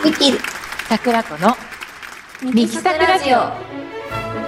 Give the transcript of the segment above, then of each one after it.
ミキ桜子のミキサクラジオ。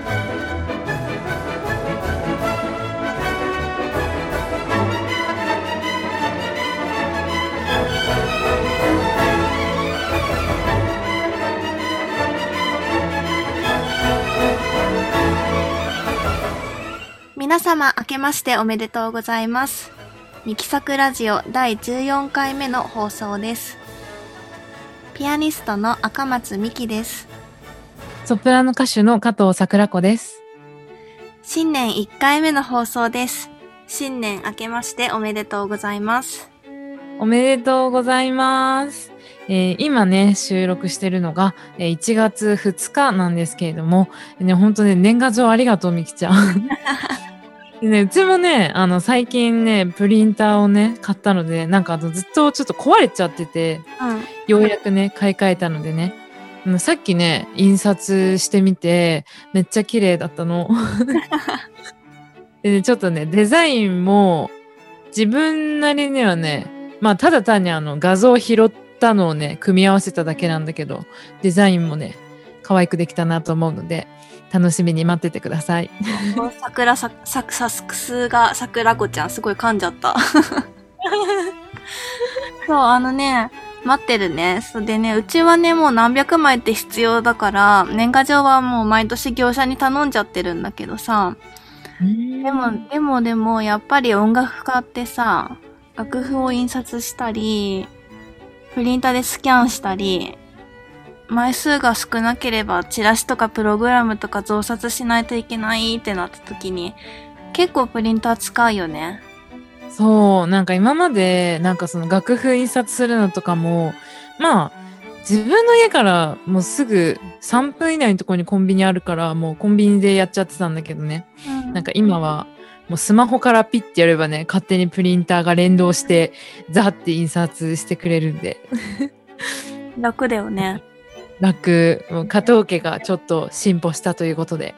皆様明けましておめでとうございます。ミキサクラジオ第14回目の放送です。ピアニストの赤松美希です。 ソプラノ歌手の加藤桜子です。 新年1回目の放送です。新年明けましておめでとうございます。 おめでとうございます。今ね、収録してるのが1月2日なんですけれども、本当ね、年賀状ありがとう、みきちゃん。でね、うちもね、最近ね、プリンターをね、買ったので、なんかずっとちょっと壊れちゃってて、ようやくね、買い替えたのでね、さっきね、印刷してみて、めっちゃ綺麗だったの。でね、ちょっとね、デザインも、自分なりにはね、まあ、ただ単に画像を拾ったのをね、組み合わせただけなんだけど、デザインもね、可愛くできたなと思うので、楽しみに待っててください。 桜サクスが桜子ちゃんすごい噛んじゃった。そう、待ってるね。それでね、うちはね、もう何百枚って必要だから、年賀状はもう毎年業者に頼んじゃってるんだけどさ。でも、やっぱり音楽家ってさ、楽譜を印刷したり、プリンターでスキャンしたり、枚数が少なければチラシとかプログラムとか増刷しないといけないってなった時に、結構プリンター使うよね。 そう、なんか今まで、なんかその楽譜印刷するのとかも、まあ、自分の家からもうすぐ3分以内のところにコンビニあるから、もうコンビニでやっちゃってたんだけどね。なんか今は、もうスマホからピッてやればね、勝手にプリンターが連動して、ザーって印刷してくれるんで。 楽だよね。 楽。加藤家がちょっと進歩したということで。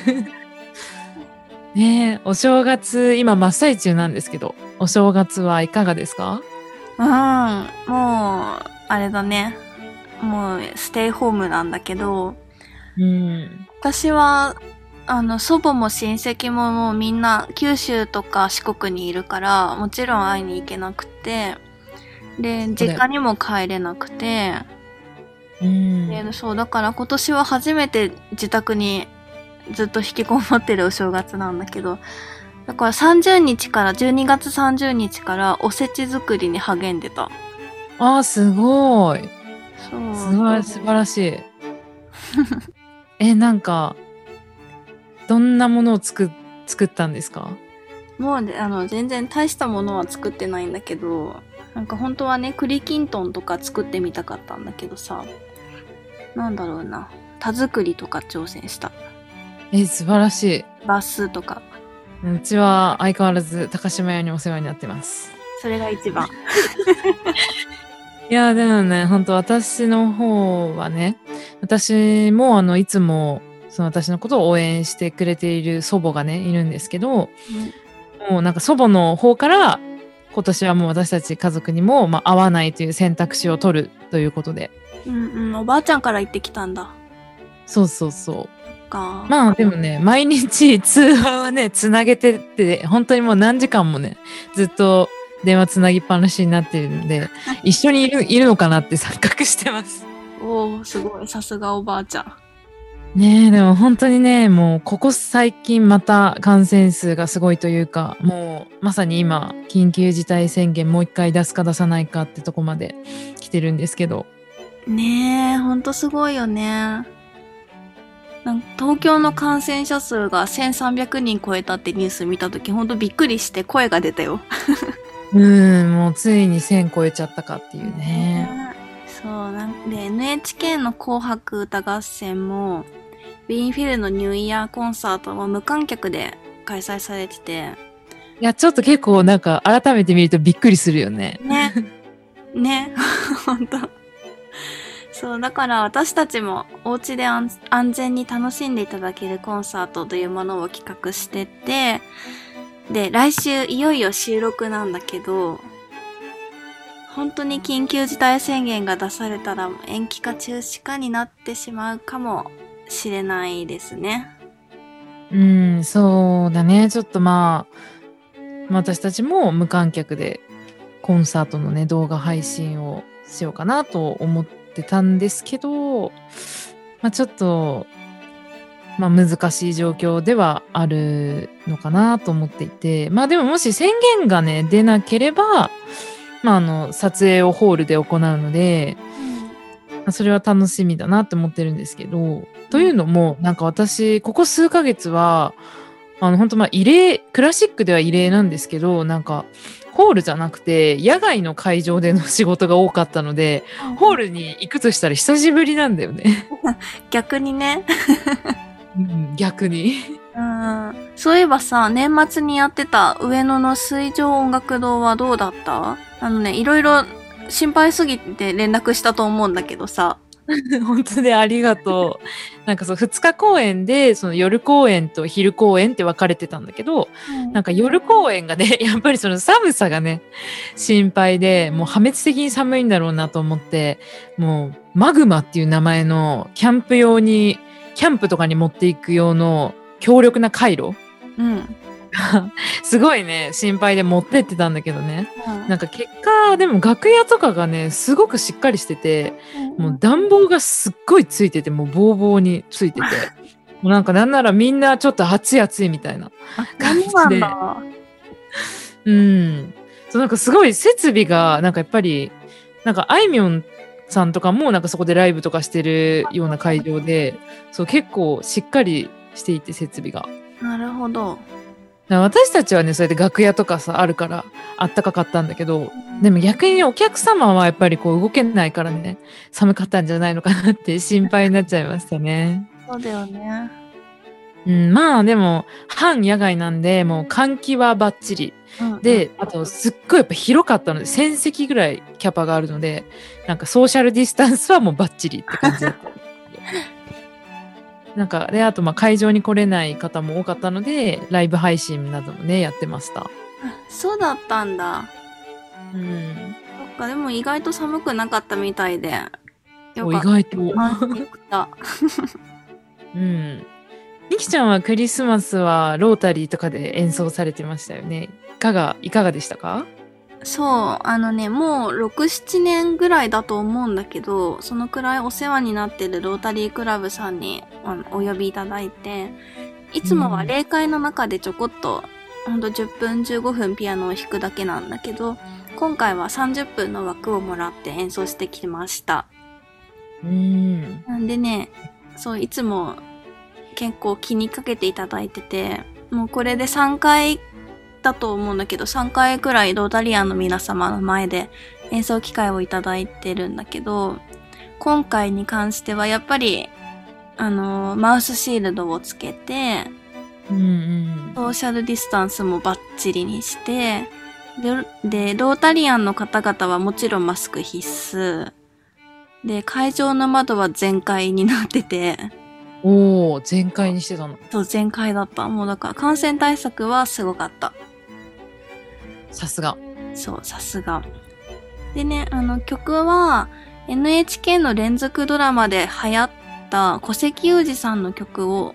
ねえ、お正月、今真っ最中なんですけど、お正月はいかがですか？ もう、あれだね。もう、ステイホームなんだけど、私は、祖母も親戚ももうみんな九州とか四国にいるから、もちろん会いに行けなくて、で、実家にも帰れなくて、そう、だから今年は初めて自宅にずっと引きこもってるお正月なんだけど、だから12月30日からおせち作りに励んでた。 ああ、すごい。 そう。 素晴らしい。なんか、どんなものを作ったんですか？ もう全然大したものは作ってないんだけど、なんか本当はね、栗きんとんとか作ってみたかったんだけどさ、なんだろうな、田作りとか挑戦した。 素晴らしい。 バスとか。 うちは相変わらず高島屋にお世話になってます。 それが一番。 いや、でもね、本当私の方はね、私もいつも、その私のことを応援してくれている祖母がね、いるんですけど、もうなんか祖母の方から、今年はもう私たち家族にも、会わないという選択肢を取るということで。 おばあちゃんから言ってきたんだ。 そうそうそう。まあでもね、毎日通話はね、つなげてって、本当にもう何時間もね、ずっと電話つなぎっぱなしになってるんで、一緒にいるのかなって錯覚してます。 おー、すごい。さすがおばあちゃん。 ねえ、でも本当にね、もうここ最近また感染数がすごいというか、もうまさに今、緊急事態宣言もう一回出すか出さないかってとこまで来てるんですけど。 ねえ、ほんとすごいよね。東京の感染者数が1300人超えたってニュース見たときほんとびっくりして声が出たよ。 もうついに1000超えちゃったかっていうね。 そう、NHK の紅白歌合戦も、ウィーンフィルのニューイヤーコンサートも無観客で開催されてて。 いや、ちょっと結構なんか改めて見るとびっくりするよね。 ね。ほんと。そう、だから私たちもお家で安全に楽しんでいただけるコンサートというものを企画してて、で、来週いよいよ収録なんだけど、 本当に緊急事態宣言が出されたら延期か中止かになってしまうかもしれないですね。 そうだね。ちょっと私たちも無観客でコンサートのね、動画配信をしようかなと思ってたんですけど、ちょっと、難しい状況ではあるのかなと思っていて、でももし宣言がね、出なければ、撮影をホールで行うので、それは楽しみだなって思ってるんですけど、というのも、なんか私、ここ数ヶ月は、本当異例、クラシックでは異例なんですけど、なんか、ホールじゃなくて、野外の会場での仕事が多かったので、ホールに行くとしたら久しぶりなんだよね。 逆にね。 逆に。 そういえばさ、年末にやってた上野の水上音楽堂はどうだった？いろいろ心配すぎて連絡したと思うんだけどさ。 本当でありがとう。なんか2日公演で、夜公演と昼公演って分かれてたんだけど、なんか夜公演がね、やっぱり寒さがね、心配で、もう破滅的に寒いんだろうなと思って、もうマグマっていう名前のキャンプとかに持っていく用の強力な回路。すごいね、心配で持ってってたんだけどね。なんか結果、でも楽屋とかがね、すごくしっかりしてて、もう暖房がすっごいついてて、もうボーボーについてて、もうなんかなんならみんなちょっと暑いみたいな感じで。なんかすごい設備が、なんかやっぱり、なんかあいみょんさんとかもなんかそこでライブとかしてるような会場で、結構しっかりしていて設備が。 なるほど。 私たちはね、それで楽屋とかさ、あるからあったかかったんだけど、でも逆にお客様はやっぱり動けないからね、寒かったんじゃないのかなって心配になっちゃいましたね。 そうだよね。 でも、半野外なんで、もう換気はバッチリ。で、あとすっごいやっぱ広かったので、1000席ぐらいキャパがあるので、なんかソーシャルディスタンスはもうバッチリって感じだった。なんか、で、あと会場に来れない方も多かったので、ライブ配信などもね、やってました。 そうだったんだ。そっか、でも意外と寒くなかったみたいで。 意外と。みきちゃんはクリスマスはロータリーとかで演奏されてましたよね。いかがでしたか？ そう、もう6、7年ぐらいだと思うんだけど、そのくらいお世話になってるロータリークラブさんにお呼びいただいて、いつもは例会の中でちょこっと、ほんと10分15分ピアノを弾くだけなんだけど、今回は30分の枠をもらって演奏してきました。なんでね、いつも結構気にかけていただいてて、もうこれで3回だと思うんだけど、3回くらいロータリアンの皆様の前で演奏機会をいただいてるんだけど、今回に関してはやっぱりマウスシールドをつけて、ソーシャルディスタンスもバッチリにして、でロータリアンの方々はもちろんマスク必須で、会場の窓は全開になってて、 全開にしてたの？ そう、全開だった。もうだから感染対策はすごかった。 さすが。 そう、さすが。でね、曲は NHK の連続ドラマで流行った小関裕二さんの小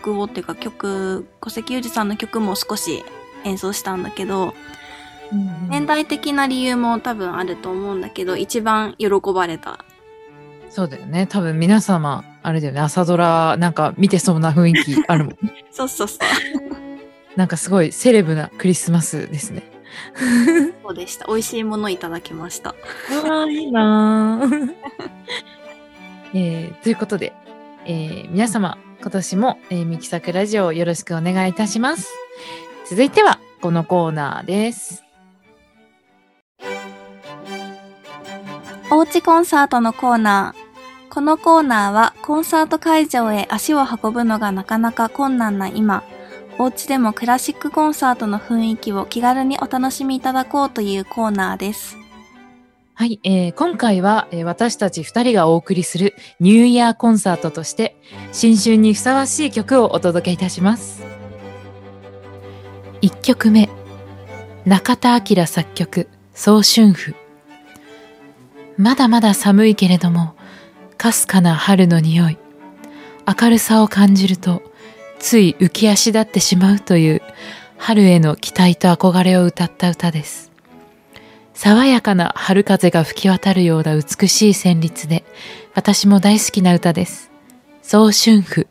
関裕二さんの曲も少し演奏したんだけど、年代的な理由も多分あると思うんだけど、一番喜ばれた。 そうだよね。多分皆様、あれだよね。朝ドラなんか見てそうな雰囲気あるもん。 そう。 なんかすごいセレブなクリスマスですね。 そうでした。美味しいものいただきました。 いいなということで、皆様、今年も、ミキサクラジオをよろしくお願いいたします。続いては、このコーナーです。 おうちコンサートのコーナー。このコーナーはコンサート会場へ足を運ぶのがなかなか困難な今、お家でもクラシックコンサートの雰囲気を気軽にお楽しみいただこうというコーナーです。 はい、今回は、私たち2人がお送りするニューイヤーコンサートとして新春にふさわしい曲をお届けいたします。1曲目、中田彰作曲、早春譜。 まだまだ寒いけれども、かすかな春の匂い、明るさを感じると、つい浮き足立ってしまうという春への期待と憧れを歌った歌です。爽やかな春風が吹き渡るような美しい旋律で、私も大好きな歌です。早春譜。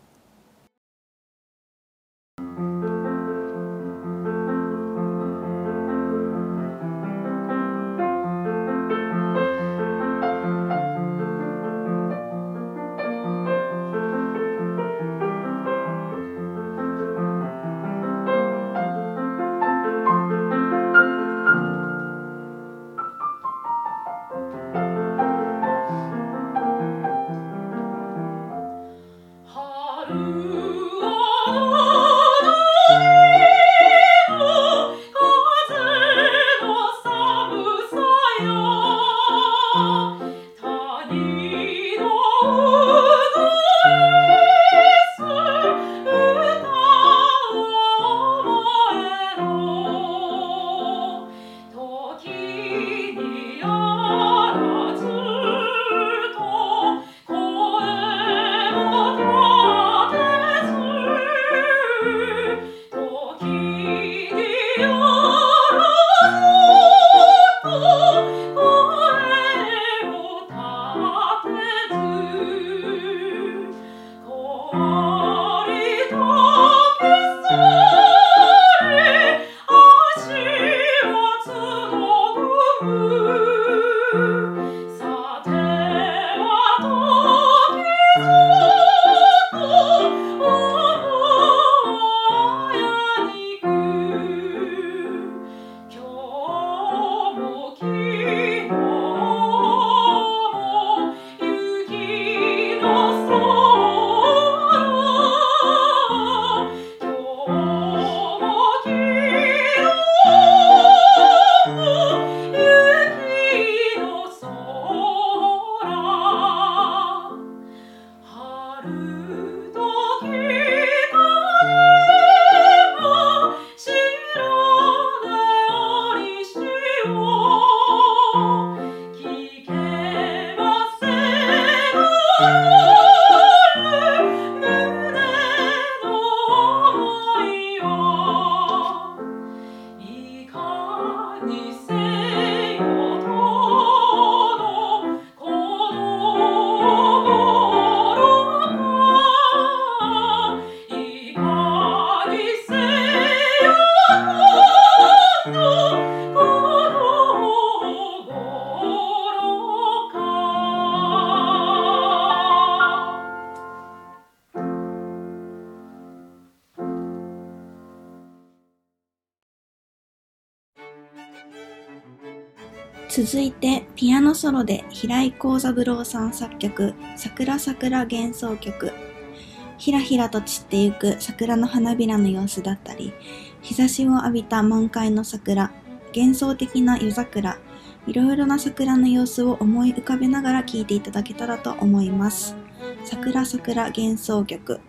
続いてピアノソロで平井康三郎さん作曲、桜桜幻想曲。ひらひらと散ってゆく桜の花びらの様子だったり、日差しを浴びた満開の桜、幻想的な夜桜、いろいろな桜の様子を思い浮かべながら聴いていただけたらと思います。桜桜幻想曲。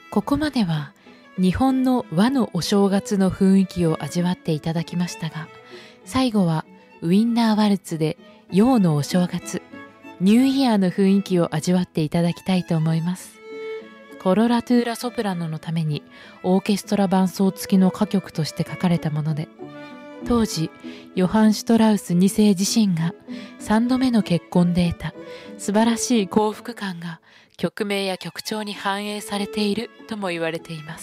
ここまでは日本の和のお正月の雰囲気を味わっていただきましたが、最後はウィンナーワルツで洋のお正月、ニューイヤーの雰囲気を味わっていただきたいと思います。コロラトゥーラソプラノのためにオーケストラ伴奏付きの歌曲として書かれたもので、当時ヨハン・シュトラウス2世自身が3度目の結婚で得た素晴らしい幸福感が曲名や曲調に反映されているとも言われています。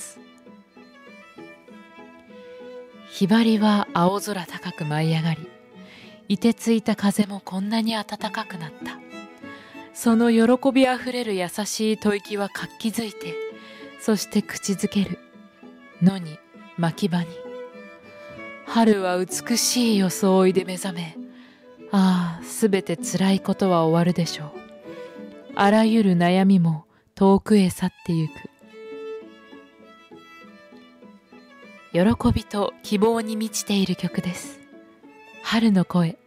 ひばりは青空高く舞い上がり、凍てついた風もこんなに暖かくなった。その喜びあふれる優しい吐息は活気づいて、そして口づける。野に、牧場に。春は美しい装いで目覚め、ああ、すべて辛いことは終わるでしょう。あらゆる悩みも遠くへ去ってゆく。喜びと希望に満ちている曲です。春の声。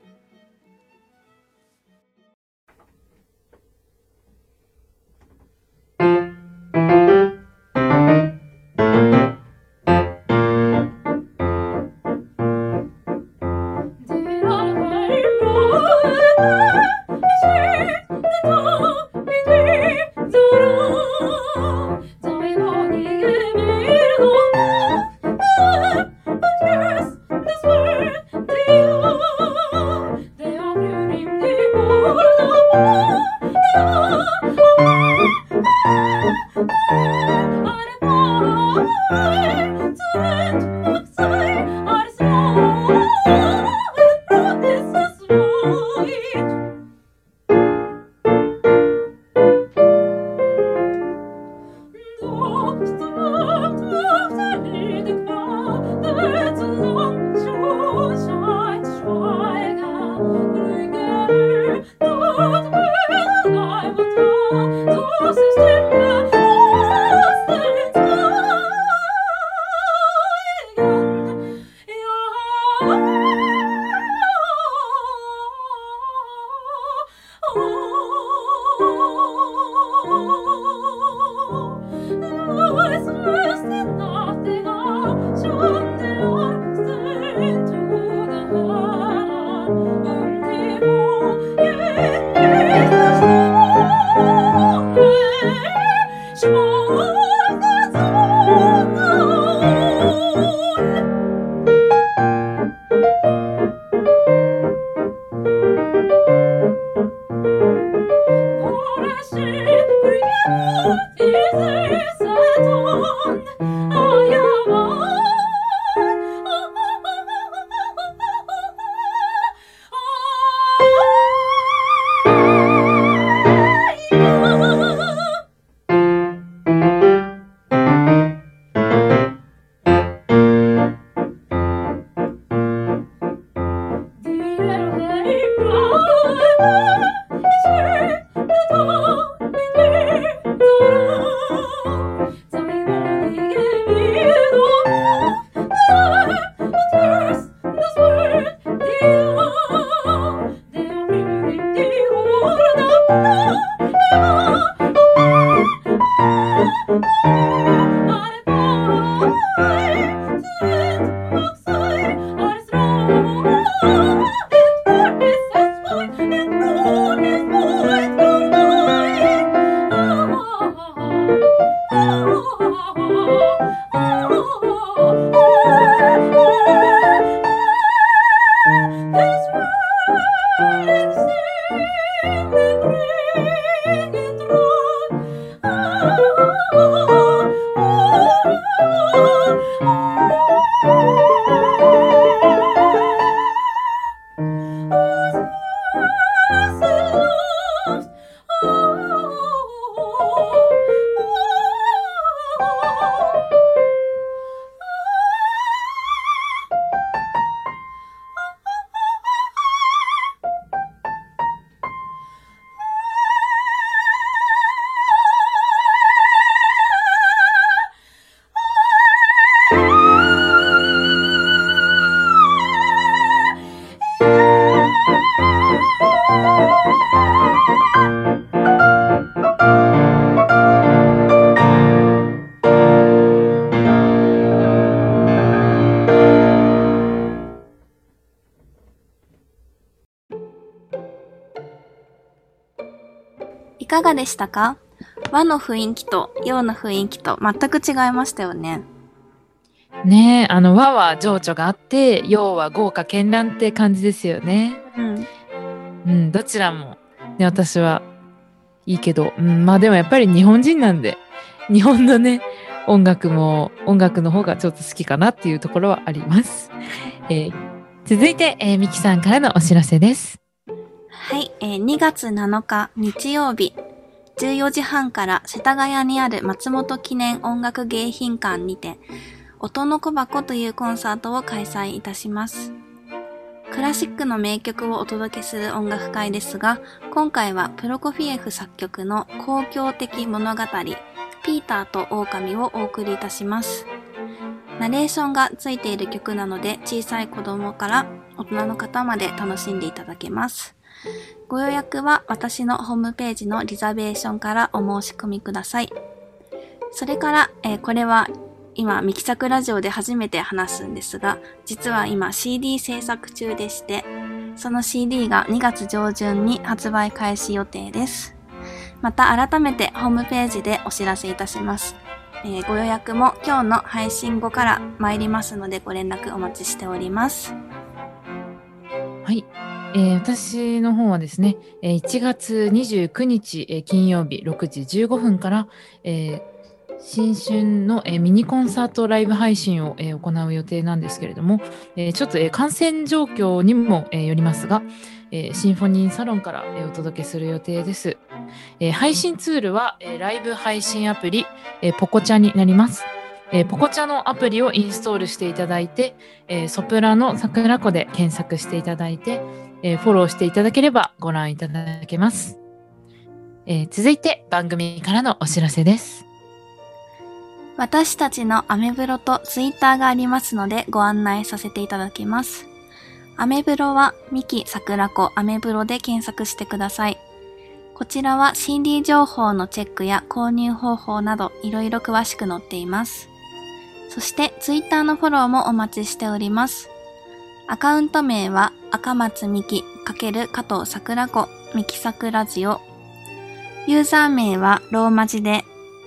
かがでしたか？和の雰囲気と洋の雰囲気と全く違いましたよね。 ねえ、和は情緒があって、洋は豪華絢爛って感じですよね。どちらも、ね、私はいいけど、まあでもやっぱり日本人なんで、日本のね、音楽の方がちょっと好きかなっていうところはあります。続いて、ミキさんからのお知らせです。 はい、2月7日日曜日、14時半から世田谷にある松本記念音楽迎賓館にて、音の小箱というコンサートを開催いたします。クラシックの名曲をお届けする音楽会ですが、今回はプロコフィエフ作曲の公共的物語、ピーターと狼をお送りいたします。ナレーションがついている曲なので、小さい子供から大人の方まで楽しんでいただけます。ご予約は私のホームページのリザベーションからお申し込みください。それから、これは今ミキサクラジオで初めて話すんですが、実は今 CD 制作中でして、その CD が2月上旬に発売開始予定です。また改めてホームページでお知らせいたします。ご予約も今日の配信後から参りますのでご連絡お待ちしております。 はい。私の方はですね、1月29日、金曜日6時15分から、新春の、ミニコンサートライブ配信を、行う予定なんですけれども、ちょっと、感染状況にも、よりますが、シンフォニーサロンから、お届けする予定です。配信ツールは、ライブ配信アプリ、ポコチャになります。ポコチャのアプリをインストールしていただいて、ソプラノ桜子で検索していただいて、フォローしていただければご覧いただけます。続いて番組からのお知らせです。 私たちのアメブロとツイッターがありますのでご案内させていただきます。アメブロはミキ桜子アメブロで検索してください。こちらは CD 情報のチェックや購入方法などいろいろ詳しく載っています。そしてツイッターのフォローもお待ちしております。アカウント名は赤松美希×加藤桜子ミキサクラジオ。ユーザー名はローマ字で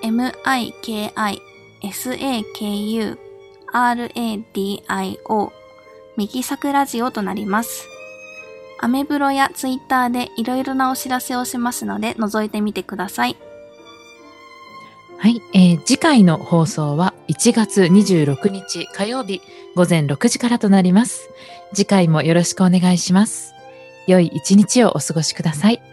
MIKISAKURADIO ミキサクラジオとなります。アメブロやツイッターでいろいろなお知らせをしますので覗いてみてください。 はい、次回の放送は1月26日火曜日午前6時からとなります。次回もよろしくお願いします。良い一日をお過ごしください。